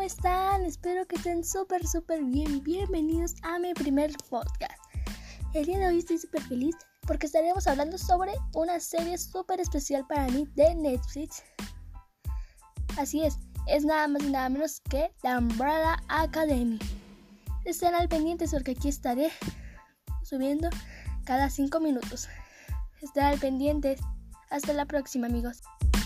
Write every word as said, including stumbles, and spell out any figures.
están? Espero que estén súper, súper bien. Bienvenidos a mi primer podcast. El día de hoy estoy súper feliz porque estaremos hablando sobre una serie súper especial para mí de Netflix. Así es, es nada más y nada menos que The Umbrella Academy. Estén al pendiente porque aquí estaré subiendo cada cinco minutos. Estén al pendiente. Hasta la próxima, amigos.